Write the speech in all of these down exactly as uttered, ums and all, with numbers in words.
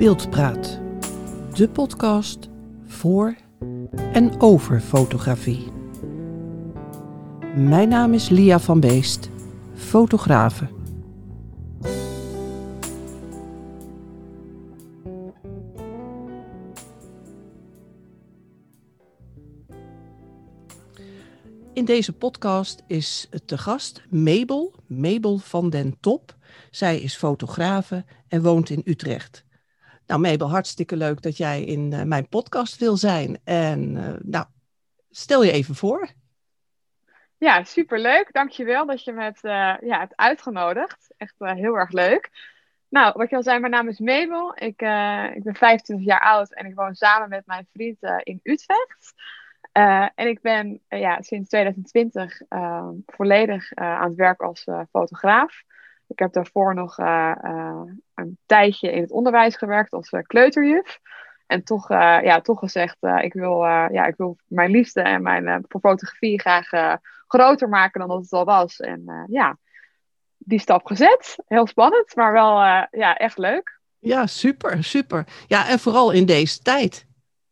Beeldpraat, de podcast voor en over fotografie. Mijn naam is Lia van Beest, fotografe. In deze podcast is te gast Mabel, Mabel van den Top. Zij is fotografe en woont in Utrecht. Nou Mabel, hartstikke leuk dat jij in uh, mijn podcast wil zijn. En uh, nou, stel je even voor. Ja, superleuk. Dankjewel dat je me hebt, uh, ja, hebt uitgenodigd. Echt uh, heel erg leuk. Nou, wat je al zei, mijn naam is Mabel. Ik, uh, ik ben vijfentwintig jaar oud en ik woon samen met mijn vriend uh, in Utrecht. Uh, en ik ben uh, ja, sinds twintig twintig uh, volledig uh, aan het werk als uh, fotograaf. Ik heb daarvoor nog uh, uh, een tijdje in het onderwijs gewerkt als uh, kleuterjuf. En toch, uh, ja, toch gezegd, uh, ik, wil, uh, ja, ik wil mijn liefde en mijn uh, voor fotografie graag uh, groter maken dan dat het al was. En uh, ja, die stap gezet. Heel spannend, maar wel uh, ja, echt leuk. Ja, super, super. Ja, en vooral in deze tijd.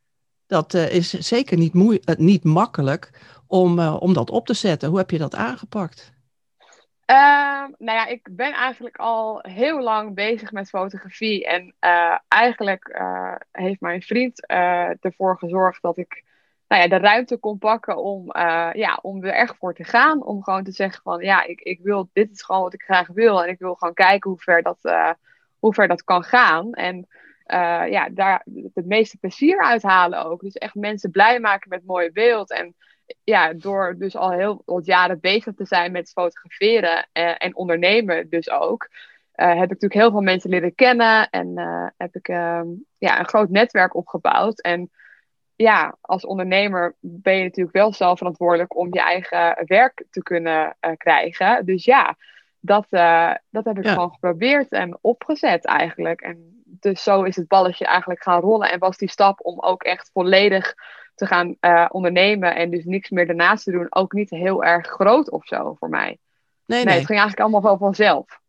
Dat uh, is zeker niet, moe- uh, niet makkelijk om, uh, om dat op te zetten. Hoe heb je dat aangepakt? Uh, nou ja, ik ben eigenlijk al heel lang bezig met fotografie. En uh, eigenlijk uh, heeft mijn vriend uh, ervoor gezorgd dat ik nou ja, de ruimte kon pakken om, uh, ja, om er echt voor te gaan. Om gewoon te zeggen van ja, ik, ik wil, dit is gewoon wat ik graag wil. En ik wil gewoon kijken hoe ver dat, uh, hoe ver dat kan gaan. En uh, ja, daar het meeste plezier uithalen ook. Dus echt mensen blij maken met mooie beeld. En ja, door dus al heel wat jaren bezig te zijn met fotograferen en, en ondernemen dus ook, uh, heb ik natuurlijk heel veel mensen leren kennen en uh, heb ik uh, ja, een groot netwerk opgebouwd. En ja, als ondernemer ben je natuurlijk wel zelf verantwoordelijk om je eigen werk te kunnen uh, krijgen. Dus ja, dat, uh, dat heb ik Ja. gewoon geprobeerd en opgezet eigenlijk. En dus zo is het balletje eigenlijk gaan rollen en was die stap om ook echt volledig te gaan uh, ondernemen en dus niks meer daarnaast te doen, ook niet heel erg groot of zo voor mij. Nee, Nee, nee. het ging eigenlijk allemaal wel vanzelf.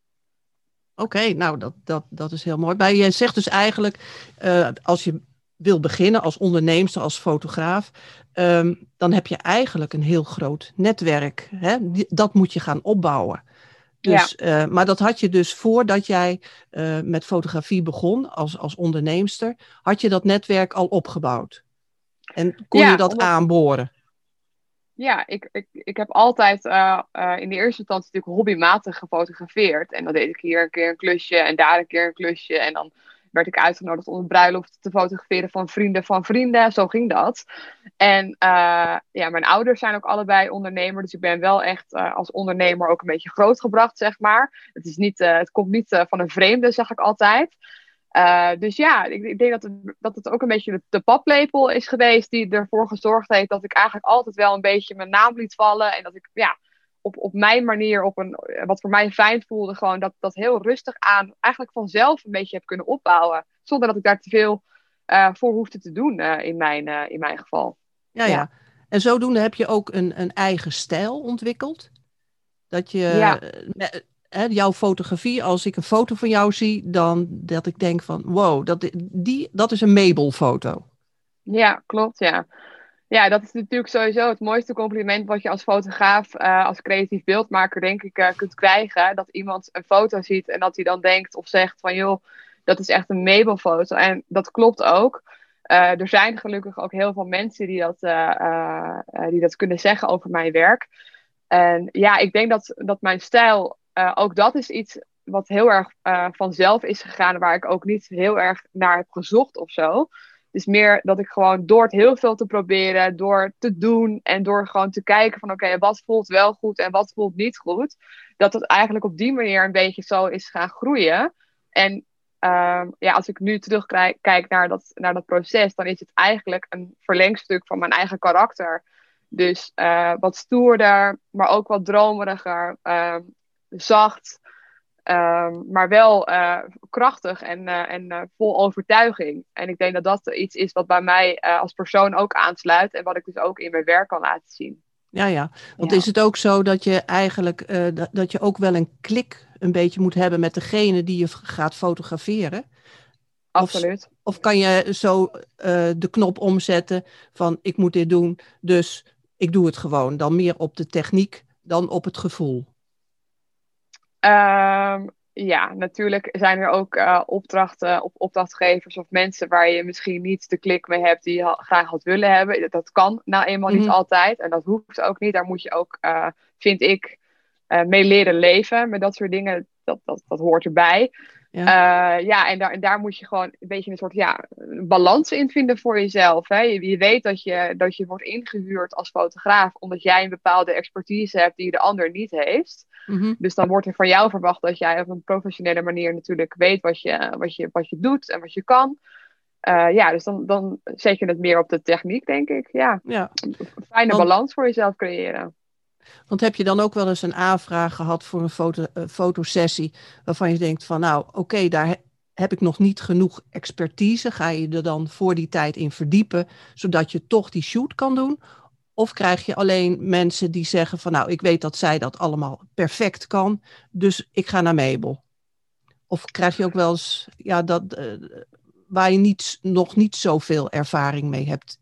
Oké, okay, nou dat, dat, dat is heel mooi. Maar je zegt dus eigenlijk, uh, als je wil beginnen als onderneemster, als fotograaf, um, dan heb je eigenlijk een heel groot netwerk. Hè? Die, dat moet je gaan opbouwen. Dus, ja. uh, maar dat had je dus voordat jij uh, met fotografie begon als, als onderneemster, had je dat netwerk al opgebouwd. En kon ja, je dat omdat... aanboren? Ja, ik, ik, ik heb altijd uh, uh, in de eerste instantie natuurlijk hobbymatig gefotografeerd. En dan deed ik hier een keer een klusje en daar een keer een klusje. En dan werd ik uitgenodigd om een bruiloft te fotograferen van vrienden van vrienden. Zo ging dat. En uh, ja, mijn ouders zijn ook allebei ondernemer. Dus ik ben wel echt uh, als ondernemer ook een beetje grootgebracht, zeg maar. Het, is niet, uh, het komt niet uh, van een vreemde, zeg ik altijd. Uh, dus ja, ik, ik denk dat het, dat het ook een beetje de, de paplepel is geweest die ervoor gezorgd heeft dat ik eigenlijk altijd wel een beetje mijn naam liet vallen. En dat ik ja, op, op mijn manier, op een, wat voor mij fijn voelde, gewoon dat, dat heel rustig aan eigenlijk vanzelf een beetje heb kunnen opbouwen. Zonder dat ik daar te veel uh, voor hoefde te doen uh, in, mijn, uh, in mijn geval. Ja, ja, ja. En zodoende heb je ook een, een eigen stijl ontwikkeld. Dat je... Ja. Uh, He, jouw fotografie, als ik een foto van jou zie, dan dat ik denk van, wow, dat, die, dat is een Mabel-foto. Ja, klopt, ja. Ja, dat is natuurlijk sowieso het mooiste compliment wat je als fotograaf, uh, als creatief beeldmaker, denk ik, uh, kunt krijgen. Dat iemand een foto ziet en dat hij dan denkt of zegt van, joh, dat is echt een Mabel-foto. En dat klopt ook. Uh, er zijn gelukkig ook heel veel mensen die dat, uh, uh, die dat kunnen zeggen over mijn werk. En ja, ik denk dat, dat mijn stijl... Uh, ook dat is iets wat heel erg uh, vanzelf is gegaan, waar ik ook niet heel erg naar heb gezocht of zo. Dus meer dat ik gewoon door het heel veel te proberen, door te doen en door gewoon te kijken van oké, okay, wat voelt wel goed en wat voelt niet goed. Dat het eigenlijk op die manier een beetje zo is gaan groeien. En uh, ja, als ik nu terugkijk naar dat, naar dat proces, dan is het eigenlijk een verlengstuk van mijn eigen karakter. Dus uh, wat stoerder, maar ook wat dromeriger. Uh, zacht, um, maar wel uh, krachtig en, uh, en uh, vol overtuiging. En ik denk dat dat iets is wat bij mij uh, als persoon ook aansluit en wat ik dus ook in mijn werk kan laten zien. Ja, ja. Want ja. Is het ook zo dat je eigenlijk uh, dat, dat je ook wel een klik een beetje moet hebben met degene die je gaat fotograferen? absoluut. Of, of kan je zo uh, de knop omzetten van ik moet dit doen, dus ik doe het gewoon. Dan meer op de techniek dan op het gevoel. Um, ja, natuurlijk zijn er ook uh, opdrachten of opdrachtgevers of mensen waar je misschien niet de klik mee hebt die je ha- graag had willen hebben. Dat kan nou eenmaal mm-hmm. niet altijd en dat hoeft ook niet. Daar moet je ook, uh, vind ik, uh, mee leren leven met dat soort dingen. Dat, dat, dat hoort erbij. Ja, uh, ja en, daar, en daar moet je gewoon een beetje een soort ja, balans in vinden voor jezelf. Hè? Je, je weet dat je, dat je wordt ingehuurd als fotograaf omdat jij een bepaalde expertise hebt die de ander niet heeft. Mm-hmm. Dus dan wordt er van jou verwacht dat jij op een professionele manier natuurlijk weet wat je, wat je, wat je doet en wat je kan. Uh, ja, dus dan, dan zet je het meer op de techniek, denk ik. Ja, ja. Een fijne Want... balans voor jezelf creëren. Want heb je dan ook wel eens een aanvraag gehad voor een foto, uh, fotosessie waarvan je denkt van nou oké, okay, daar he, heb ik nog niet genoeg expertise. Ga je er dan voor die tijd in verdiepen, zodat je toch die shoot kan doen? Of krijg je alleen mensen die zeggen van nou ik weet dat zij dat allemaal perfect kan, dus ik ga naar Mabel? Of krijg je ook wel eens ja, dat, uh, waar je niet, nog niet zoveel ervaring mee hebt?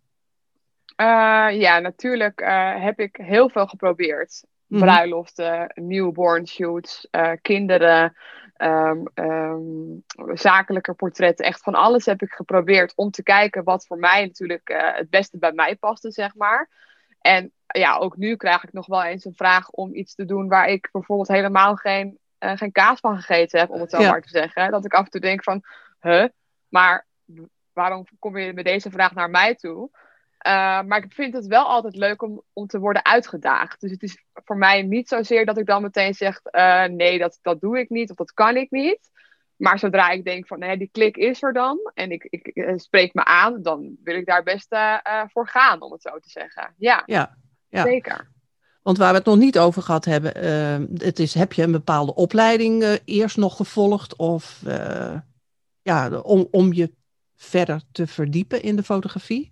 Uh, ja, natuurlijk uh, heb ik heel veel geprobeerd. Mm-hmm. Bruiloften, newborn shoots, uh, kinderen, um, um, zakelijke portretten. Echt van alles heb ik geprobeerd om te kijken wat voor mij natuurlijk uh, het beste bij mij paste, zeg maar. En ja, ook nu krijg ik nog wel eens een vraag om iets te doen waar ik bijvoorbeeld helemaal geen, uh, geen kaas van gegeten heb, om het zo ja. maar te zeggen. Dat ik af en toe denk van, huh, maar waarom kom je met deze vraag naar mij toe? Uh, maar ik vind het wel altijd leuk om, om te worden uitgedaagd. Dus het is voor mij niet zozeer dat ik dan meteen zeg, uh, nee, dat, dat doe ik niet of dat kan ik niet. Maar zodra ik denk van, nee, die klik is er dan en ik, ik, ik spreek me aan, dan wil ik daar best uh, uh, voor gaan, om het zo te zeggen. Ja, ja, ja. Zeker. Want waar we het nog niet over gehad hebben, uh, het is, heb je een bepaalde opleiding uh, eerst nog gevolgd of uh, ja, om, om je verder te verdiepen in de fotografie?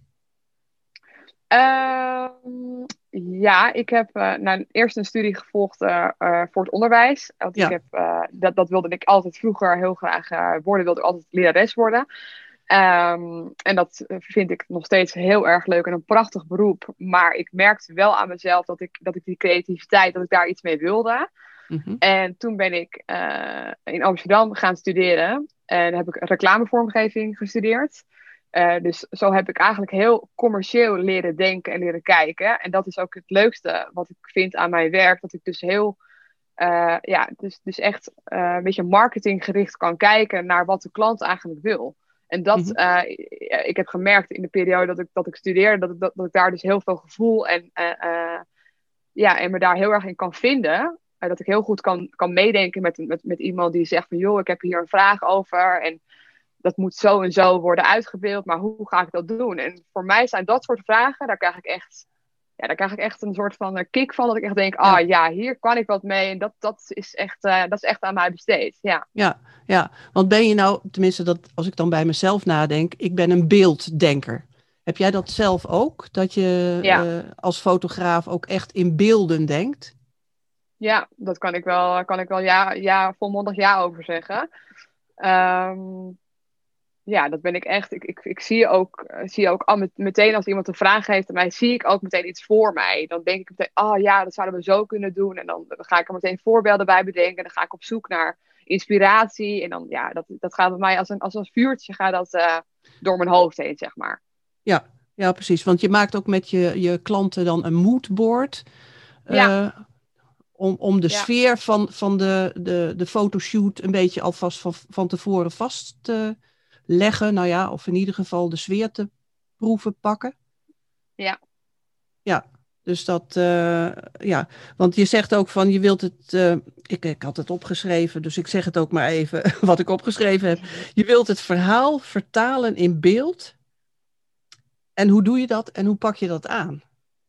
Uh, ja, ik heb uh, nou, eerst een studie gevolgd uh, uh, voor het onderwijs. Want ja. ik heb, uh, dat, dat wilde ik altijd vroeger heel graag uh, worden. Wilde ik altijd lerares worden. Um, en dat vind ik nog steeds heel erg leuk en een prachtig beroep. Maar ik merkte wel aan mezelf dat ik, dat ik die creativiteit, dat ik daar iets mee wilde. Mm-hmm. En toen ben ik uh, in Amsterdam gaan studeren. En heb ik reclamevormgeving gestudeerd. Uh, dus zo heb ik eigenlijk heel commercieel leren denken en leren kijken. En dat is ook het leukste wat ik vind aan mijn werk. Dat ik dus heel, uh, ja, dus, dus echt uh, een beetje marketinggericht kan kijken naar wat de klant eigenlijk wil. En dat, mm-hmm. uh, ik heb gemerkt in de periode dat ik, dat ik studeerde, dat ik, dat, dat ik daar dus heel veel gevoel en, uh, uh, ja, en me daar heel erg in kan vinden. Uh, dat ik heel goed kan, kan meedenken met, met, met iemand die zegt van joh, ik heb hier een vraag over en dat moet zo en zo worden uitgebeeld, maar hoe ga ik dat doen? En voor mij zijn dat soort vragen, daar krijg ik echt, ja, daar krijg ik echt een soort van kick van, dat ik echt denk, ah ja. oh, ja, hier kan ik wat mee en dat, dat, is echt, uh, dat is echt aan mij besteed. Ja. Ja, ja, want ben je nou, tenminste dat, als ik dan bij mezelf nadenk, ik ben een beelddenker. Heb jij dat zelf ook? Dat je ja. uh, als fotograaf ook echt in beelden denkt? Ja, dat kan ik wel, kan ik wel ja, ja, volmondig ja over zeggen. Um, Ja, dat ben ik echt. Ik, ik, ik zie ook, zie ook al met, meteen als iemand een vraag heeft aan mij, zie ik ook meteen iets voor mij. Dan denk ik meteen, oh ja, dat zouden we zo kunnen doen. En dan, dan ga ik er meteen voorbeelden bij bedenken. Dan ga ik op zoek naar inspiratie. En dan, ja, dat, dat gaat bij mij als een, als een vuurtje gaat dat, uh, door mijn hoofd heen, zeg maar. Ja, ja, precies. Want je maakt ook met je, je klanten dan een moodboard. Ja. Uh, om, om de ja. sfeer van, van de, de, de fotoshoot een beetje alvast van, van tevoren vast te leggen, nou ja, of in ieder geval de sfeer te proeven pakken. Ja. Ja, dus dat, uh, ja, want je zegt ook van, je wilt het, uh, ik, ik had het opgeschreven, dus ik zeg het ook maar even wat ik opgeschreven heb. Je wilt het verhaal vertalen in beeld. En hoe doe je dat en hoe pak je dat aan?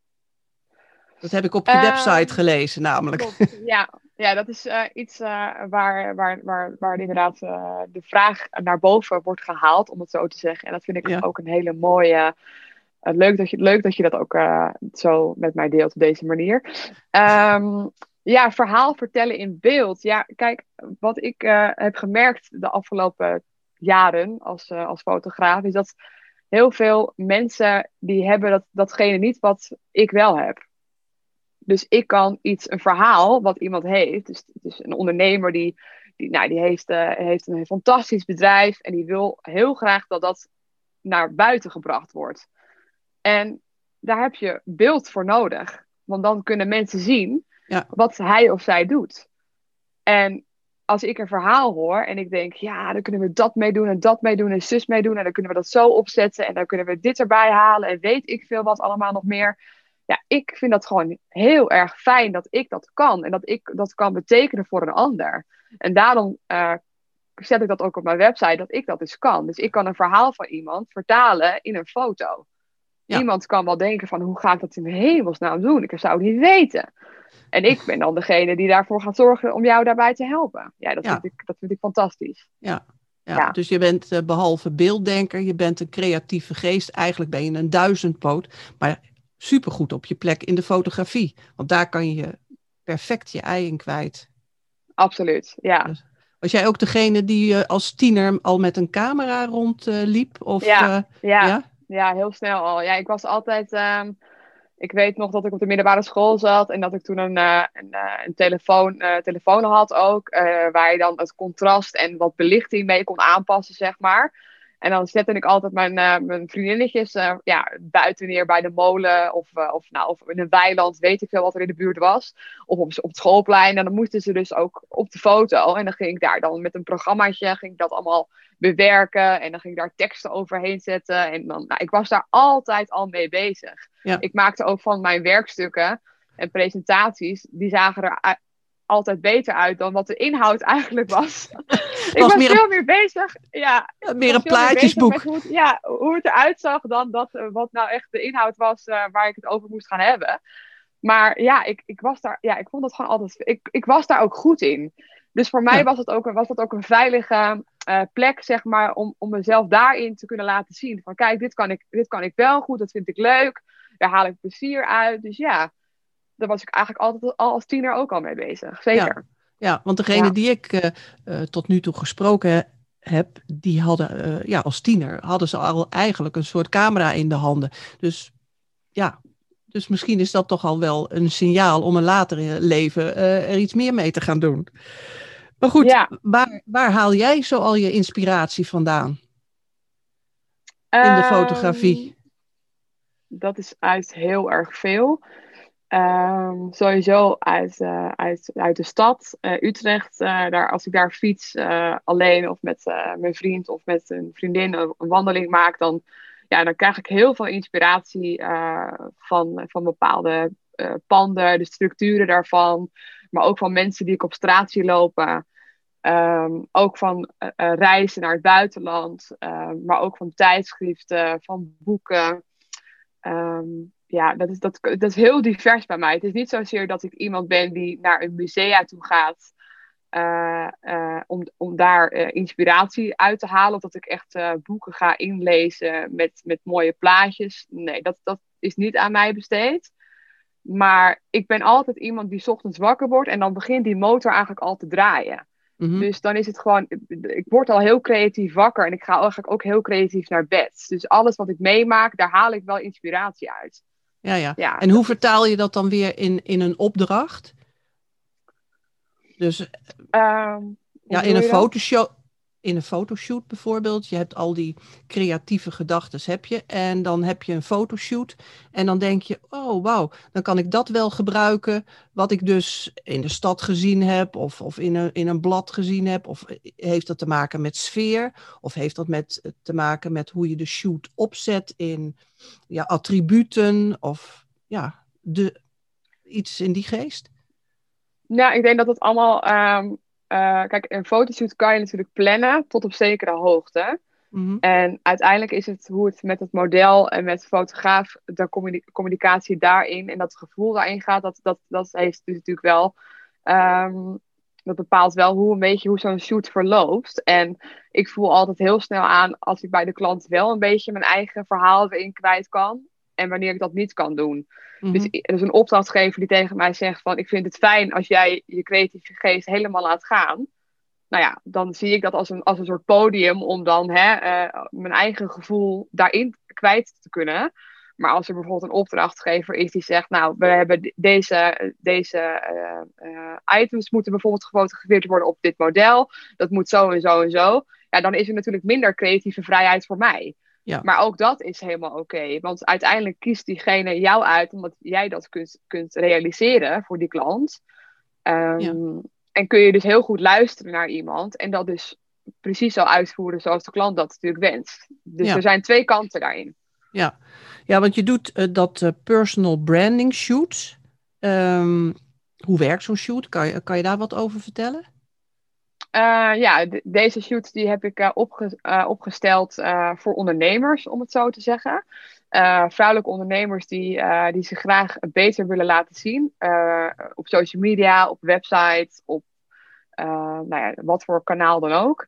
Dat heb ik op je uh, website gelezen namelijk. Klopt, ja. Ja, dat is uh, iets uh, waar, waar, waar, waar inderdaad uh, de vraag naar boven wordt gehaald, om het zo te zeggen. En dat vind ik ja. ook een hele mooie. Uh, leuk, dat je, leuk dat je dat ook uh, zo met mij deelt op deze manier. Um, ja, verhaal vertellen in beeld. Ja, kijk, wat ik uh, heb gemerkt de afgelopen jaren als, uh, als fotograaf, is dat heel veel mensen die hebben dat, datgene niet wat ik wel heb. Dus ik kan iets, een verhaal wat iemand heeft, dus, dus een ondernemer die, die, nou, die heeft, uh, heeft een fantastisch bedrijf en die wil heel graag dat dat naar buiten gebracht wordt. En daar heb je beeld voor nodig. Want dan kunnen mensen zien ja. wat hij of zij doet. En als ik een verhaal hoor en ik denk, ja, dan kunnen we dat mee doen en dat mee doen en zus mee doen. En dan kunnen we dat zo opzetten en dan kunnen we dit erbij halen en weet ik veel wat allemaal nog meer. Ja, ik vind dat gewoon heel erg fijn dat ik dat kan. En dat ik dat kan betekenen voor een ander. En daarom uh, zet ik dat ook op mijn website, dat ik dat dus kan. Dus ik kan een verhaal van iemand vertalen in een foto. Ja. Iemand kan wel denken van, hoe ga ik dat in hemelsnaam doen? Ik zou het niet weten. En ik ben dan degene die daarvoor gaat zorgen om jou daarbij te helpen. Ja, dat, ja. Vind, ik, dat vind ik fantastisch. Ja. Ja, ja. Dus je bent uh, behalve beelddenker, je bent een creatieve geest. Eigenlijk ben je een duizendpoot, maar supergoed op je plek in de fotografie. Want daar kan je perfect je ei in kwijt. Absoluut, ja. Dus, was jij ook degene die uh, als tiener al met een camera rondliep? Uh, ja, uh, ja, ja, ja, heel snel al. Ja, ik was altijd... Um, ik weet nog dat ik op de middelbare school zat en dat ik toen een, uh, een, uh, een telefoon, uh, telefoon had ook. Uh, waar je dan het contrast en wat belichting mee kon aanpassen, zeg maar. En dan zette ik altijd mijn, uh, mijn vriendinnetjes uh, ja, buiten neer bij de molen. Of, uh, of, nou, of in een weiland, weet ik veel wat er in de buurt was. Of op, op het schoolplein. En dan moesten ze dus ook op de foto. En dan ging ik daar dan met een programmaatje, ging ik dat allemaal bewerken. En dan ging ik daar teksten overheen zetten. En dan, nou, ik was daar altijd al mee bezig. Ja. Ik maakte ook van mijn werkstukken en presentaties, die zagen er altijd beter uit dan wat de inhoud eigenlijk was. Ik was, was veel een... meer bezig. Ja, meer een plaatjesboek. Hoe het, ja, hoe het eruit zag dan dat, uh, wat nou echt de inhoud was uh, waar ik het over moest gaan hebben. Maar ja, ik, ik was daar, ja, ik vond dat gewoon altijd, ik, ik was daar ook goed in. Dus voor mij ja. was, het ook, was dat ook een veilige uh, plek, zeg maar, om, om mezelf daarin te kunnen laten zien. Van kijk, dit kan ik, dit kan ik wel goed, dat vind ik leuk. Daar haal ik plezier uit. Dus ja, daar was ik eigenlijk altijd al als tiener ook al mee bezig. Zeker. Ja, ja want degene ja. die ik uh, uh, tot nu toe gesproken heb, die hadden uh, ja, als tiener hadden ze al eigenlijk een soort camera in de handen. Dus ja, dus misschien is dat toch al wel een signaal om een later leven uh, er iets meer mee te gaan doen. Maar goed, ja. waar, waar haal jij zo al je inspiratie vandaan? In de um, fotografie? Dat is uit heel erg veel. Um, sowieso uit, uh, uit, uit de stad, uh, Utrecht. Uh, daar, als ik daar fiets uh, alleen of met uh, mijn vriend of met een vriendin een, een wandeling maak, dan, ja, dan krijg ik heel veel inspiratie uh, van, van bepaalde uh, panden, de structuren daarvan. Maar ook van mensen die ik op straat zie lopen. Um, ook van uh, reizen naar het buitenland. Uh, maar ook van tijdschriften, van boeken. Um, ja, dat is, dat, dat is heel divers bij mij. Het is niet zozeer dat ik iemand ben die naar een musea toe gaat uh, uh, om, om daar uh, inspiratie uit te halen. Of dat ik echt uh, boeken ga inlezen met, met mooie plaatjes. Nee, dat, dat is niet aan mij besteed. Maar ik ben altijd iemand die 's ochtends wakker wordt en dan begint die motor eigenlijk al te draaien. Mm-hmm. Dus dan is het gewoon, ik word al heel creatief wakker en ik ga eigenlijk ook heel creatief naar bed. Dus alles wat ik meemaak, daar haal ik wel inspiratie uit. Ja, ja. ja en hoe vertaal je dat dan weer in, in een opdracht? Dus um, ja, in een, fotoshow, in een fotoshoot bijvoorbeeld. Je hebt al die creatieve gedachten, heb je. En dan heb je een fotoshoot. En dan denk je, oh wauw, dan kan ik dat wel gebruiken. Wat ik dus in de stad gezien heb. Of, of in, een, in een blad gezien heb. Of heeft dat te maken met sfeer? Of heeft dat met, te maken met hoe je de shoot opzet in ja, attributen? Of ja, de, iets in die geest? Nou, ik denk dat het allemaal... Um... Uh, kijk, een fotoshoot kan je natuurlijk plannen tot op zekere hoogte. Mm-hmm. En uiteindelijk is het hoe het met het model en met de fotograaf, de communi- communicatie daarin en dat gevoel daarin gaat, dat, dat, dat heeft dus natuurlijk wel, um, dat bepaalt wel hoe een beetje hoe zo'n shoot verloopt. En ik voel altijd heel snel aan als ik bij de klant wel een beetje mijn eigen verhaal erin kwijt kan. En wanneer ik dat niet kan doen. Mm-hmm. Dus er is een opdrachtgever die tegen mij zegt van... ik vind het fijn als jij je creatieve geest helemaal laat gaan. nou ja, dan zie ik dat als een, als een soort podium om dan hè, uh, mijn eigen gevoel daarin kwijt te kunnen. Maar als er bijvoorbeeld een opdrachtgever is die zegt, nou, we hebben deze, deze uh, uh, items moeten bijvoorbeeld gefotografeerd worden op dit model. Dat moet zo en zo en zo. Ja, dan is er natuurlijk minder creatieve vrijheid voor mij. Ja. Maar ook dat is helemaal oké. Okay, want uiteindelijk kiest diegene jou uit omdat jij dat kunt, kunt realiseren voor die klant. Um, ja. En kun je dus heel goed luisteren naar iemand en dat dus precies zo uitvoeren zoals de klant dat natuurlijk wenst. Dus ja. er zijn twee kanten daarin. Ja, ja want je doet uh, dat uh, personal branding shoot. Um, hoe werkt zo'n shoot? Kan je, kan je daar wat over vertellen? Uh, ja, d- deze shoot die heb ik uh, opge- uh, opgesteld uh, voor ondernemers, om het zo te zeggen. Uh, vrouwelijke ondernemers die, uh, die zich graag beter willen laten zien. Uh, op social media, op website, op uh, nou ja, wat voor kanaal dan ook.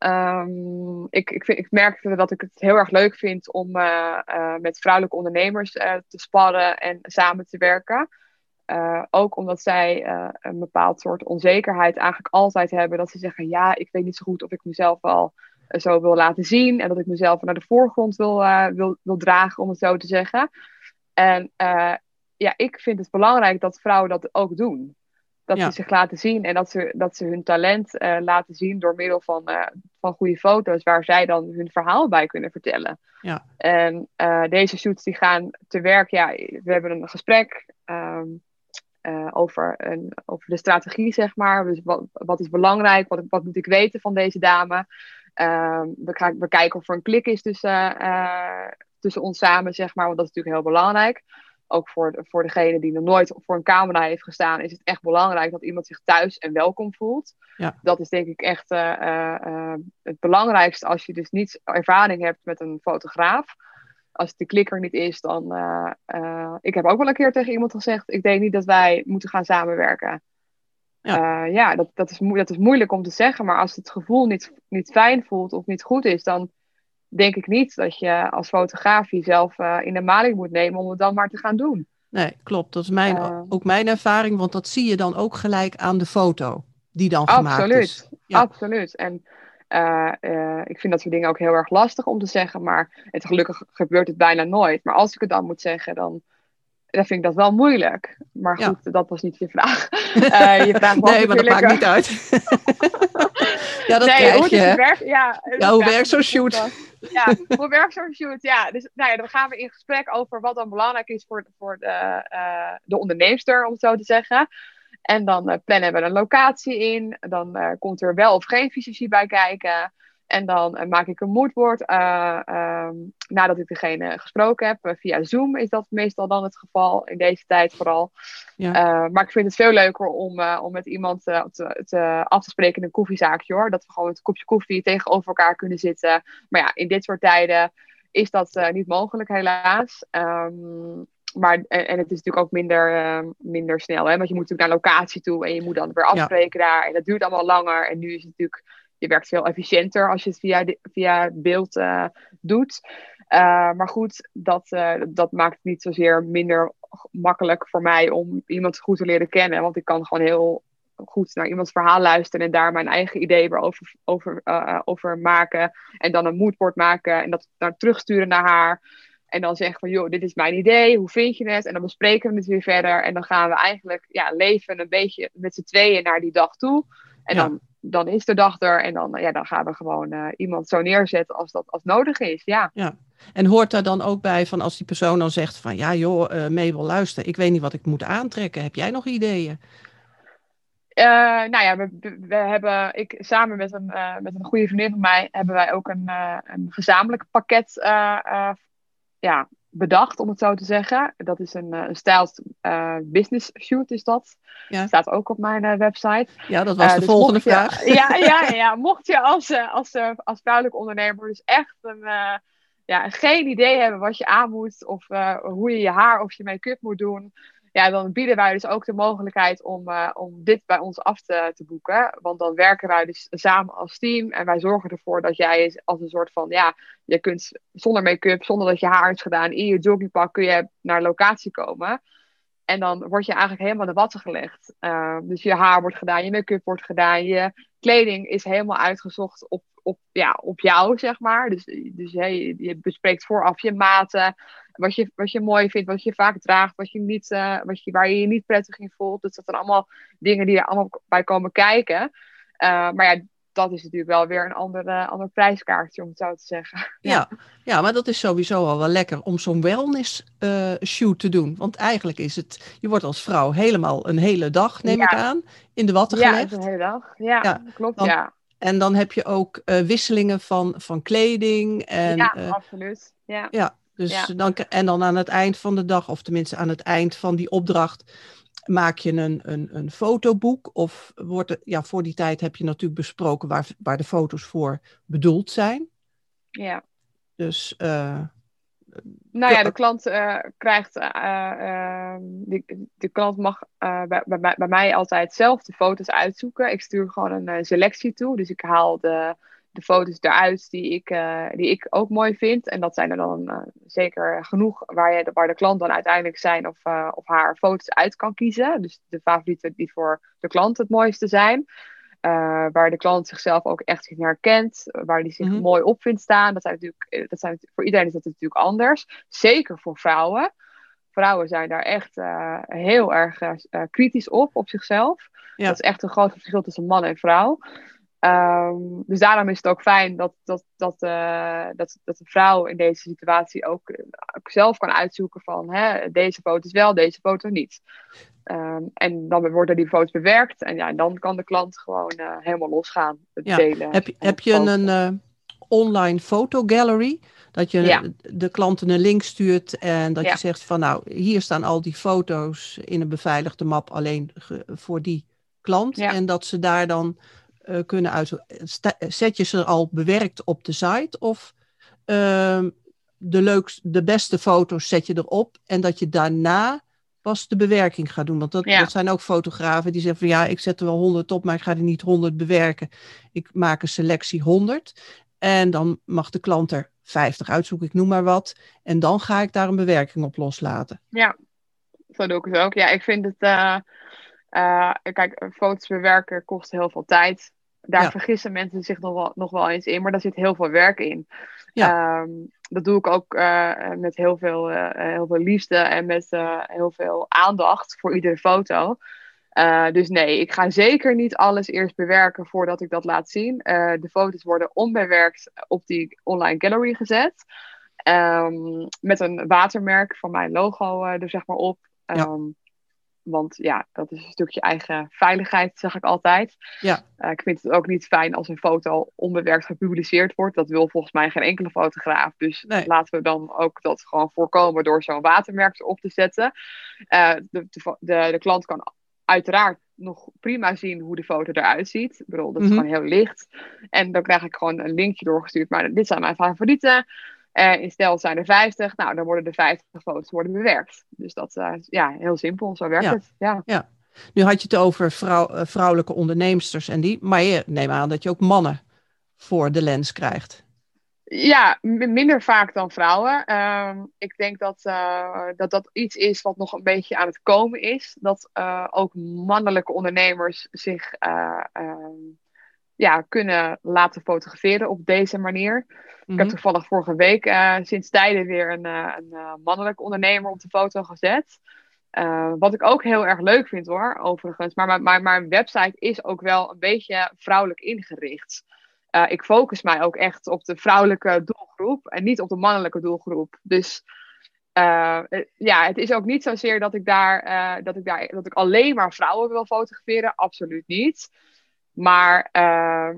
Um, ik, ik, vind, ik merkte dat ik het heel erg leuk vind om uh, uh, met vrouwelijke ondernemers uh, te sparren en samen te werken. Uh, ook omdat zij uh, een bepaald soort onzekerheid eigenlijk altijd hebben. Dat ze zeggen, ja, ik weet niet zo goed of ik mezelf wel uh, zo wil laten zien. En dat ik mezelf naar de voorgrond wil, uh, wil, wil dragen, om het zo te zeggen. En uh, ja, ik vind het belangrijk dat vrouwen dat ook doen. Dat ja. ze zich laten zien en dat ze, dat ze hun talent uh, laten zien door middel van, uh, van goede foto's. Waar zij dan hun verhaal bij kunnen vertellen. Ja. En uh, deze shoots die gaan te werk. Ja, we hebben een gesprek. Um, Uh, over, een, over de strategie, zeg maar. Dus wat, wat is belangrijk? Wat, wat moet ik weten van deze dame? Uh, we, gaan, we kijken of er een klik is tussen, uh, tussen ons samen, zeg maar. Want dat is natuurlijk heel belangrijk. Ook voor, voor degene die nog nooit voor een camera heeft gestaan, is het echt belangrijk dat iemand zich thuis en welkom voelt. Ja. Dat is denk ik echt uh, uh, het belangrijkste als je dus niet ervaring hebt met een fotograaf. Als de klikker niet is, dan... Uh, uh, ik heb ook wel een keer tegen iemand gezegd, ik denk niet dat wij moeten gaan samenwerken. Ja, uh, ja dat, dat, is mo- dat is moeilijk om te zeggen, maar als het gevoel niet, niet fijn voelt of niet goed is, dan denk ik niet dat je als fotograaf jezelf uh, in de maling moet nemen om het dan maar te gaan doen. Nee, klopt. Dat is mijn, uh, ook mijn ervaring, want dat zie je dan ook gelijk aan de foto die dan gemaakt absoluut, is. Ja. Absoluut. En Uh, uh, ik vind dat soort dingen ook heel erg lastig om te zeggen, maar het, gelukkig gebeurt het bijna nooit. Maar als ik het dan moet zeggen, dan, dan vind ik dat wel moeilijk. Maar goed, ja. dat was niet je vraag. Uh, je vraag was nee, maar dat maakt niet uit. ja, dat nee, krijg hoe je. Het werk, ja, ja, hoe werkt zo'n shoot? Ja, hoe werkt zo'n shoot? Ja, dus nou ja, dan gaan we in gesprek over wat dan belangrijk is voor, voor de, uh, de onderneemster, om het zo te zeggen. En dan uh, plannen we een locatie in. Dan uh, komt er wel of geen fysici bij kijken. En dan uh, maak ik een moodboard. Uh, um, nadat ik degene gesproken heb. Uh, via Zoom is dat meestal dan het geval. In deze tijd vooral. Ja. Uh, maar ik vind het veel leuker om, uh, om met iemand uh, te, te af te spreken in een koffiezaakje, hoor. Dat we gewoon met een kopje koffie tegenover elkaar kunnen zitten. Maar ja, in dit soort tijden is dat uh, niet mogelijk, helaas. Um, Maar, en, en het is natuurlijk ook minder, uh, minder snel, hè? Want je moet natuurlijk naar locatie toe en je moet dan weer afspreken ja. daar. En dat duurt allemaal langer. En nu is het natuurlijk, je werkt veel efficiënter als je het via, de, via beeld uh, doet. Uh, maar goed, dat, uh, dat maakt het niet zozeer minder makkelijk voor mij om iemand goed te leren kennen. Want ik kan gewoon heel goed naar iemands verhaal luisteren en daar mijn eigen idee weer over, over, uh, over maken. En dan een moodboard maken en dat dan terugsturen naar haar. En dan zeggen van, joh, dit is mijn idee, hoe vind je het? En dan bespreken we het weer verder. En dan gaan we eigenlijk ja, leven een beetje met z'n tweeën naar die dag toe. En ja. dan, dan is de dag er. En dan, ja, dan gaan we gewoon uh, iemand zo neerzetten als dat als nodig is. Ja. ja. En hoort daar dan ook bij van als die persoon dan zegt van, ja joh, uh, Mabel, luister, ik weet niet wat ik moet aantrekken. Heb jij nog ideeën? Uh, nou ja, we, we hebben, ik samen met een, uh, met een goede vriendin van mij, hebben wij ook een, uh, een gezamenlijk pakket uh, uh, ja, bedacht, om het zo te zeggen. Dat is een, een styled uh, business shoot, is dat. Ja. Staat ook op mijn uh, website. Ja, dat was uh, de dus volgende je, vraag. Ja, ja, ja, ja, mocht je als, uh, als, uh, als vrouwelijke ondernemer dus echt een, uh, ja, geen idee hebben wat je aan moet, of uh, hoe je je haar of je make-up moet doen, ja, dan bieden wij dus ook de mogelijkheid om, uh, om dit bij ons af te, te boeken. Want dan werken wij dus samen als team. En wij zorgen ervoor dat jij als een soort van, ja, je kunt zonder make-up, zonder dat je haar is gedaan, in je joggingpak kun je naar locatie komen. En dan word je eigenlijk helemaal in de watten gelegd. Uh, dus je haar wordt gedaan, je make-up wordt gedaan, je kleding is helemaal uitgezocht op, op, ja, op jou, zeg maar. Dus, dus hey, je, je bespreekt vooraf je maten, wat je, wat je mooi vindt, wat je vaak draagt, wat je niet, uh, wat je, waar je je niet prettig in voelt. Dus dat zijn allemaal dingen die er allemaal bij komen kijken. Uh, maar ja, dat is natuurlijk wel weer een andere, ander prijskaartje, om het zo te zeggen. Ja, ja. ja, maar dat is sowieso al wel lekker om zo'n wellness uh, shoot te doen. Want eigenlijk is het, je wordt als vrouw helemaal een hele dag, neem ja. ik aan, in de watten ja, gelegd. Ja, een hele dag. Ja, ja klopt, dan, ja. En dan heb je ook uh, wisselingen van, van kleding. En, ja, uh, absoluut. Ja, ja, dus ja. Dan, en dan aan het eind van de dag, of tenminste aan het eind van die opdracht, maak je een, een, een fotoboek. Of wordt het, ja, voor die tijd heb je natuurlijk besproken waar, waar de foto's voor bedoeld zijn. Ja. Dus... Uh, Nou ja, de klant uh, krijgt, uh, uh, de, de klant mag uh, bij, bij, bij mij altijd zelf de foto's uitzoeken. Ik stuur gewoon een uh, selectie toe, dus ik haal de, de foto's eruit die ik, uh, die ik ook mooi vind. En dat zijn er dan uh, zeker genoeg waar, je, waar de klant dan uiteindelijk zijn of, uh, of haar foto's uit kan kiezen. Dus de favorieten die voor de klant het mooiste zijn. Uh, waar de klant zichzelf ook echt in herkent, waar die zich mm-hmm. mooi op vindt staan. Dat zijn natuurlijk, dat zijn, voor iedereen is dat natuurlijk anders. Zeker voor vrouwen. Vrouwen zijn daar echt uh, heel erg uh, kritisch op, op zichzelf. Ja. Dat is echt een groot verschil tussen man en vrouw. Um, dus daarom is het ook fijn dat, dat, dat, uh, dat, dat de vrouw in deze situatie ook, ook zelf kan uitzoeken van hè, deze foto is wel, deze foto niet. Um, en dan worden die foto's bewerkt en ja, dan kan de klant gewoon uh, helemaal losgaan. Het ja. delen. Heb, heb je een uh, online fotogallery? Dat je ja. de klanten een link stuurt en dat ja. je zegt van nou, hier staan al die foto's in een beveiligde map alleen ge, voor die klant. Ja. En dat ze daar dan uh, kunnen uit... Zet je ze al bewerkt op de site of uh, de, leukste, de beste foto's zet je erop en dat je daarna pas de bewerking gaat doen? Want dat, ja. dat zijn ook fotografen die zeggen van ja, ik zet er wel honderd op, maar ik ga er niet honderd bewerken. Ik maak een selectie honderd en dan mag de klant er vijftig uitzoeken, ik noem maar wat. En dan ga ik daar een bewerking op loslaten. Ja, zo doe ik het ook. Ja, ik vind het... Uh, uh, kijk, foto's bewerken kost heel veel tijd. Daar ja. vergissen mensen zich nog wel, nog wel eens in, maar daar zit heel veel werk in. Ja. Um, dat doe ik ook uh, met heel veel, uh, heel veel liefde en met uh, heel veel aandacht voor iedere foto. Uh, dus nee, ik ga zeker niet alles eerst bewerken voordat ik dat laat zien. Uh, de foto's worden onbewerkt op die online gallery gezet. Um, met een watermerk van mijn logo uh, er zeg maar op. Um, ja. Want ja, dat is een stukje eigen veiligheid, zeg ik altijd. Ja. Uh, ik vind het ook niet fijn als een foto onbewerkt gepubliceerd wordt. Dat wil volgens mij geen enkele fotograaf. Dus nee. laten we dan ook dat gewoon voorkomen door zo'n watermerk erop te zetten. Uh, de, de, de, de klant kan uiteraard nog prima zien hoe de foto eruit ziet. Ik bedoel, dat is mm-hmm. gewoon heel licht. En dan krijg ik gewoon een linkje doorgestuurd. Maar dit zijn mijn favorieten. Uh, in stel zijn er vijftig, nou dan worden de vijftig foto's worden bewerkt. Dus dat is uh, ja, heel simpel, zo werkt ja. het. Ja. Ja. Nu had je het over vrouw, uh, vrouwelijke onderneemsters en die, maar je neemt aan dat je ook mannen voor de lens krijgt. Ja, m- minder vaak dan vrouwen. Uh, ik denk dat, uh, dat dat iets is wat nog een beetje aan het komen is. Dat uh, ook mannelijke ondernemers zich uh, uh, ja, kunnen laten fotograferen op deze manier. Mm-hmm. Ik heb toevallig vorige week uh, sinds tijden weer een, uh, een uh, mannelijke ondernemer op de foto gezet. Uh, wat ik ook heel erg leuk vind hoor, overigens. Maar, maar, maar mijn website is ook wel een beetje vrouwelijk ingericht. Uh, ik focus mij ook echt op de vrouwelijke doelgroep en niet op de mannelijke doelgroep. Dus uh, ja, het is ook niet zozeer dat ik daar, uh, dat ik daar dat ik alleen maar vrouwen wil fotograferen. Absoluut niet. Maar uh,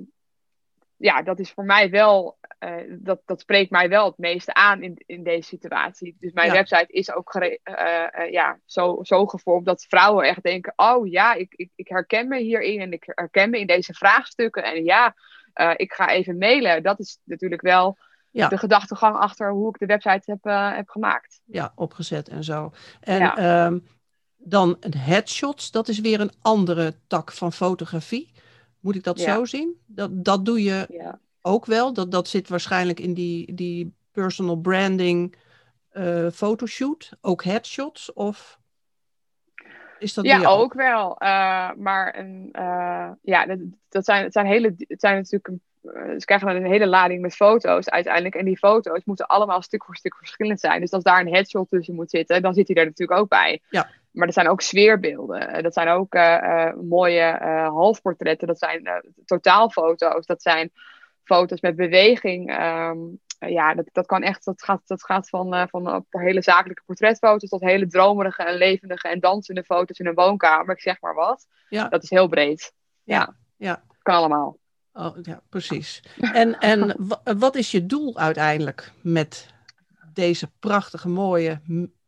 ja, dat is voor mij wel, uh, dat, dat spreekt mij wel het meeste aan in, in deze situatie. Dus mijn ja. website is ook gere- uh, uh, ja, zo, zo gevormd dat vrouwen echt denken, oh ja, ik, ik, ik herken me hierin en ik herken me in deze vraagstukken. En ja, uh, ik ga even mailen. Dat is natuurlijk wel ja. de gedachtegang achter hoe ik de website heb, uh, heb gemaakt. Ja, opgezet en zo. En ja. um, dan headshots, dat is weer een andere tak van fotografie. Moet ik dat ja. zo zien? Dat, dat doe je ja. ook wel. Dat, dat zit waarschijnlijk in die, die personal branding uh, fotoshoot. Ook headshots of... Is dat bij Ja, jou? ook wel. Uh, maar een, uh, ja, dat, dat, zijn, het zijn hele, het zijn natuurlijk een, uh, ze krijgen dan een hele lading met foto's uiteindelijk. En die foto's moeten allemaal stuk voor stuk verschillend zijn. Dus als daar een headshot tussen moet zitten, dan zit hij er natuurlijk ook bij. Ja. Maar er zijn ook sfeerbeelden. Dat zijn ook uh, uh, mooie uh, halfportretten. Dat zijn uh, totaalfoto's. Dat zijn foto's met beweging. Um, uh, ja, dat, dat kan echt. Dat gaat, dat gaat van, uh, van uh, hele zakelijke portretfoto's tot hele dromerige en levendige en dansende foto's in een woonkamer. Ik zeg maar wat. Ja. Dat is heel breed. Ja, ja. ja. Kan allemaal. Oh, ja, precies. En, en w- wat is je doel uiteindelijk met deze prachtige, mooie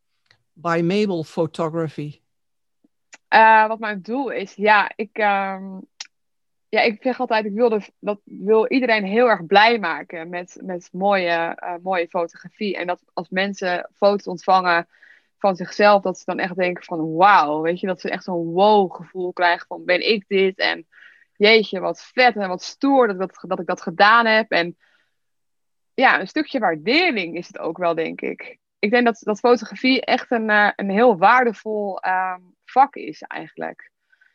By Mabel Photography? Uh, wat mijn doel is? Ja, ik, um, ja, ik zeg altijd, ik wil, de, dat, wil iedereen heel erg blij maken met, met mooie, uh, mooie fotografie. En dat als mensen foto's ontvangen van zichzelf, dat ze dan echt denken van wauw, weet je, dat ze echt zo'n wow gevoel krijgen van ben ik dit? En jeetje, wat vet en wat stoer dat, dat, dat ik dat gedaan heb. En ja, een stukje waardering is het ook wel, denk ik. Ik denk dat, dat fotografie echt een, uh, een heel waardevol um, vak is eigenlijk.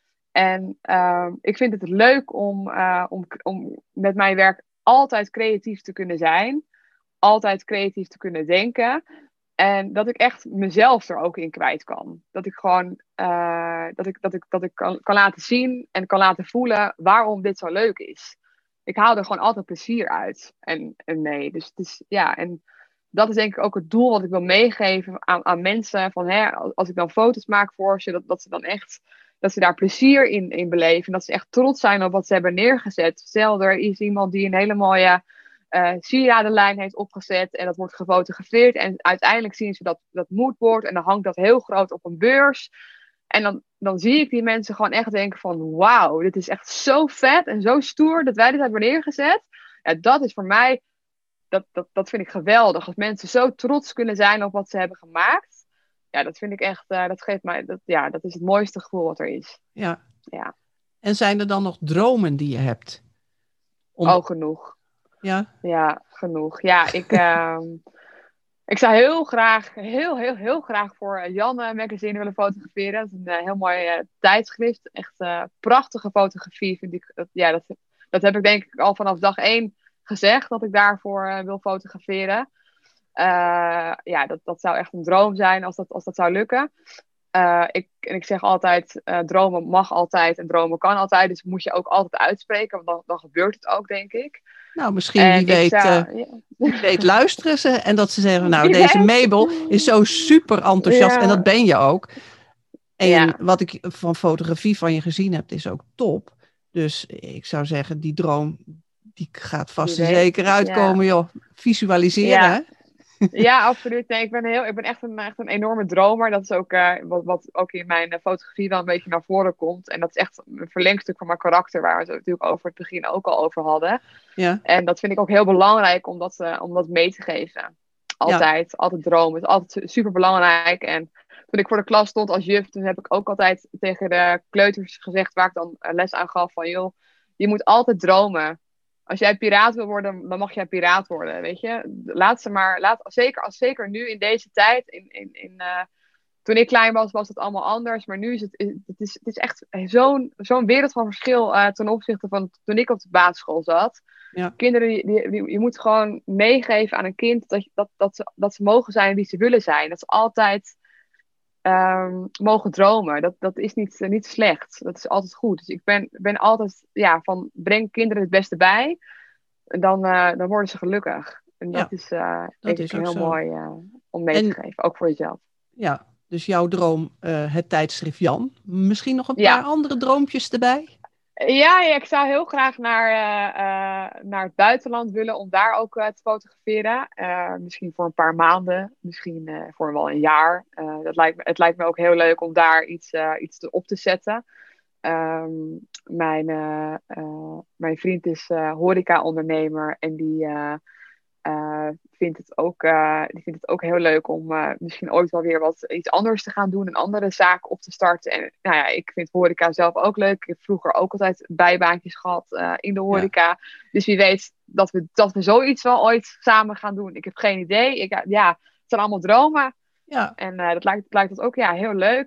En uh, ik vind het leuk om, uh, om, om met mijn werk altijd creatief te kunnen zijn. Altijd creatief te kunnen denken. En dat ik echt mezelf er ook in kwijt kan. Dat ik gewoon uh, dat ik, dat ik, dat ik kan, kan laten zien en kan laten voelen waarom dit zo leuk is. Ik haal er gewoon altijd plezier uit. En, en nee, dus het is, ja, en dat is denk ik ook het doel wat ik wil meegeven aan, aan mensen. Van, hè, als ik dan foto's maak voor ze, dat, dat ze dan echt, dat ze daar plezier in, in beleven. En dat ze echt trots zijn op wat ze hebben neergezet. Stel, er is iemand die een hele mooie uh, sieradenlijn heeft opgezet en dat wordt gefotografeerd. En uiteindelijk zien ze dat, dat moodboard en dan hangt dat heel groot op een beurs. En dan, dan zie ik die mensen gewoon echt denken van wauw, dit is echt zo vet en zo stoer dat wij dit hebben neergezet. Ja, dat is voor mij, dat, dat, dat vind ik geweldig. Als mensen zo trots kunnen zijn op wat ze hebben gemaakt. Ja, dat vind ik echt, uh, dat geeft mij, dat, ja, dat is het mooiste gevoel wat er is. Ja. ja. En zijn er dan nog dromen die je hebt? Om... Oh, genoeg. Ja? Ja, genoeg. Ja, ik... Uh... Ik zou heel graag, heel, heel, heel graag voor Janne Magazine willen fotograferen. Dat is een uh, heel mooi uh, tijdschrift. Echt uh, prachtige fotografie vind ik. Dat, ja, dat, dat heb ik denk ik al vanaf dag één gezegd. Dat ik daarvoor uh, wil fotograferen. Uh, ja, dat, dat zou echt een droom zijn als dat, als dat zou lukken. Uh, ik, en ik zeg altijd, uh, dromen mag altijd en dromen kan altijd. Dus moet je ook altijd uitspreken. Want dan, dan gebeurt het ook, denk ik. Nou, misschien wie weet, zou, uh, ja. wie weet luisteren ze en dat ze zeggen, nou, deze Mabel is zo super enthousiast ja. en dat ben je ook. En ja. wat ik van fotografie van je gezien heb, is ook top. Dus ik zou zeggen, die droom, die gaat vast en zeker uitkomen, ja. joh. Visualiseren, ja. hè? Ja, absoluut. Nee, ik ben, heel, ik ben echt, een, echt een enorme dromer. Dat is ook uh, wat, wat ook in mijn uh, fotografie wel een beetje naar voren komt. En dat is echt een verlengstuk van mijn karakter, waar we het natuurlijk over het begin ook al over hadden. Ja. En dat vind ik ook heel belangrijk om dat, uh, om dat mee te geven. Altijd, ja. altijd dromen. Het is altijd super belangrijk. En toen ik voor de klas stond als juf, toen heb ik ook altijd tegen de kleuters gezegd, waar ik dan uh, les aan gaf, van joh, je moet altijd dromen. Als jij piraat wil worden, dan mag jij piraat worden, weet je. Laat ze maar, laat, zeker, als, zeker nu in deze tijd, in, in, in, uh, toen ik klein was, was het allemaal anders. Maar nu is het, het, is, het is echt zo'n, zo'n wereld van verschil uh, ten opzichte van toen ik op de basisschool zat. Ja. Kinderen, die, die, die, je moet gewoon meegeven aan een kind dat, dat, dat, ze, dat ze mogen zijn wie ze willen zijn. Dat ze altijd um, mogen dromen. Dat, dat is niet, uh, niet slecht. Dat is altijd goed. Dus ik ben, ben altijd ja, van breng kinderen het beste bij. En dan, uh, dan worden ze gelukkig. En dat ja, is, uh, dat is heel zo. mooi uh, om mee en, te geven. Ook voor jezelf. Ja, dus jouw droom, uh, het tijdschrift Jan. Misschien nog een ja. paar andere droompjes erbij? Ja, ja, ik zou heel graag naar, uh, uh, naar het buitenland willen om daar ook uh, te fotograferen. Uh, misschien voor een paar maanden, misschien uh, voor wel een jaar. Uh, dat lijkt me, het lijkt me ook heel leuk om daar iets, uh, iets te, op te zetten. Um, mijn, uh, uh, mijn vriend is uh, horeca-ondernemer en die uh, uh, vindt, het ook, uh, die vindt het ook heel leuk om uh, misschien ooit wel weer wat, iets anders te gaan doen, een andere zaak op te starten. En nou ja, ik vind horeca zelf ook leuk. Ik heb vroeger ook altijd bijbaantjes gehad uh, in de horeca. Ja. Dus wie weet dat we, dat we zoiets wel ooit samen gaan doen. Ik heb geen idee. Ik, ja, het zijn allemaal dromen. Ja. En uh, dat lijkt, lijkt ons ook ja, heel leuk. En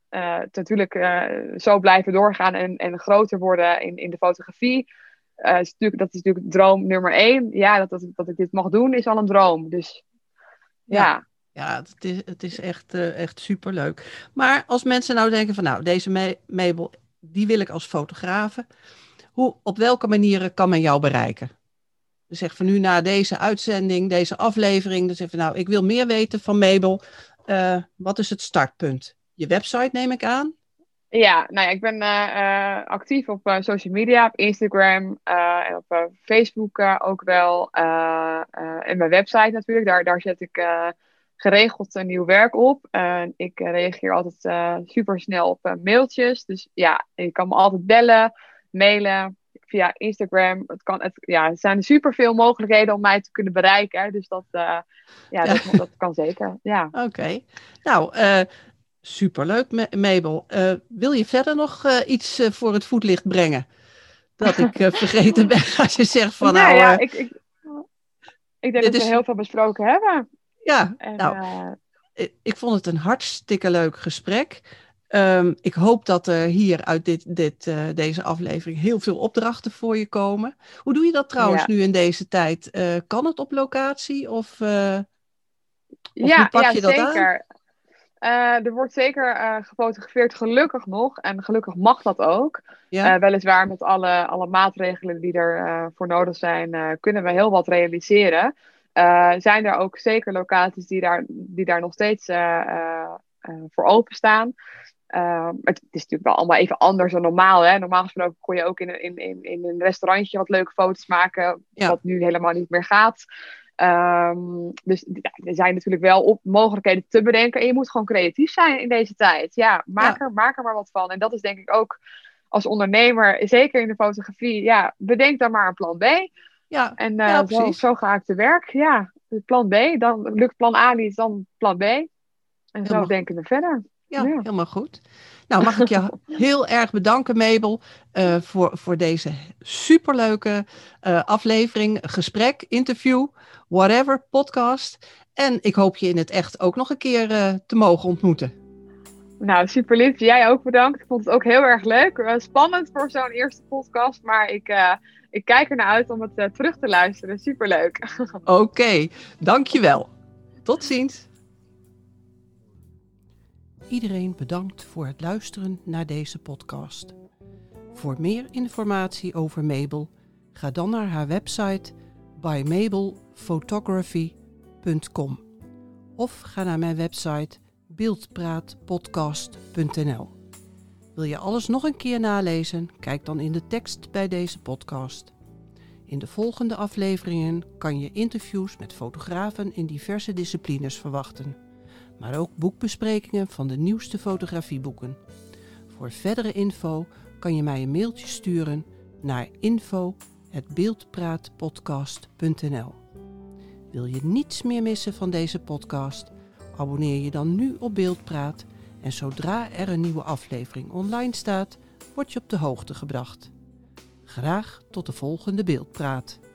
uh, natuurlijk uh, zo blijven doorgaan en, en groter worden in, in de fotografie. Uh, is natuurlijk, dat is natuurlijk droom nummer één. Ja, dat, dat, dat ik dit mag doen is al een droom. Dus ja. ja. Ja, het is, het is echt, uh, echt superleuk. Maar als mensen nou denken van nou, deze Ma- Mabel, die wil ik als fotografe. Hoe, op welke manieren kan men jou bereiken? Dus zeg van nu na deze uitzending, deze aflevering, dan zeg van nou, ik wil meer weten van Mabel. Uh, wat is het startpunt? Je website neem ik aan? Ja, nou ja, ik ben uh, uh, actief op uh, social media, op Instagram uh, en op uh, Facebook uh, ook wel. Uh, uh, en mijn website natuurlijk, daar, daar zet ik uh, geregeld een nieuw werk op. Uh, ik uh, reageer altijd uh, super snel op uh, mailtjes. Dus ja, je kan me altijd bellen, mailen via Instagram. Het, kan, het, ja, er zijn super veel mogelijkheden om mij te kunnen bereiken. Dus dat, uh, ja, ja. Dat, dat kan zeker. Ja. Oké. Okay. Nou, uh, superleuk, Mabel. Uh, wil je verder nog uh, iets uh, voor het voetlicht brengen? Dat ik uh, vergeten ben als je zegt van nee, nou... Ja, uh, ik, ik, ik denk dat is... we heel veel besproken hebben. Ja, en, nou, uh... ik, ik vond het een hartstikke leuk gesprek. Um, ik hoop dat er hier uit dit, dit, uh, deze aflevering heel veel opdrachten voor je komen. Hoe doe je dat trouwens ja. nu in deze tijd? Uh, kan het op locatie of, uh, of ja, hoe pak ja, je dat zeker. aan? Uh, er wordt zeker uh, gefotografeerd, gelukkig nog. En gelukkig mag dat ook. Ja? Uh, weliswaar met alle, alle maatregelen die er uh, voor nodig zijn, uh, kunnen we heel wat realiseren. Uh, zijn er ook zeker locaties die daar, die daar nog steeds uh, uh, uh, voor openstaan. Uh, het is natuurlijk wel allemaal even anders dan normaal. Hè? Normaal gesproken kon je ook in, in, in, in een restaurantje wat leuke foto's maken. Ja. Wat nu helemaal niet meer gaat. Um, dus ja, er zijn natuurlijk wel op mogelijkheden te bedenken. En je moet gewoon creatief zijn in deze tijd. Ja, maak, ja. Er, maak er maar wat van. En dat is denk ik ook als ondernemer, zeker in de fotografie. Ja, bedenk dan maar een plan B. Ja, en uh, ja, zo, zo ga ik te werk. Ja, plan B. Dan lukt plan A niet, dan plan B. En helemaal zo denken we verder. Ja, ja, helemaal goed. Nou, mag ik je heel erg bedanken, Mabel, uh, voor, voor deze superleuke uh, aflevering, gesprek, interview, whatever, podcast. En ik hoop je in het echt ook nog een keer uh, te mogen ontmoeten. Nou, super lief. Jij ook bedankt. Ik vond het ook heel erg leuk. Uh, spannend voor zo'n eerste podcast, maar ik, uh, ik kijk er naar uit om het uh, terug te luisteren. Superleuk. Oké, okay, dankjewel. Tot ziens. Iedereen bedankt voor het luisteren naar deze podcast. Voor meer informatie over Mabel, ga dan naar haar website by mabel photography punt com of ga naar mijn website beeldpraatpodcast punt n l. Wil je alles nog een keer nalezen? Kijk dan in de tekst bij deze podcast. In de volgende afleveringen kan je interviews met fotografen in diverse disciplines verwachten, maar ook boekbesprekingen van de nieuwste fotografieboeken. Voor verdere info kan je mij een mailtje sturen naar info at beeldpraatpodcast punt n l. Wil je niets meer missen van deze podcast? Abonneer je dan nu op Beeldpraat en zodra er een nieuwe aflevering online staat, word je op de hoogte gebracht. Graag tot de volgende Beeldpraat.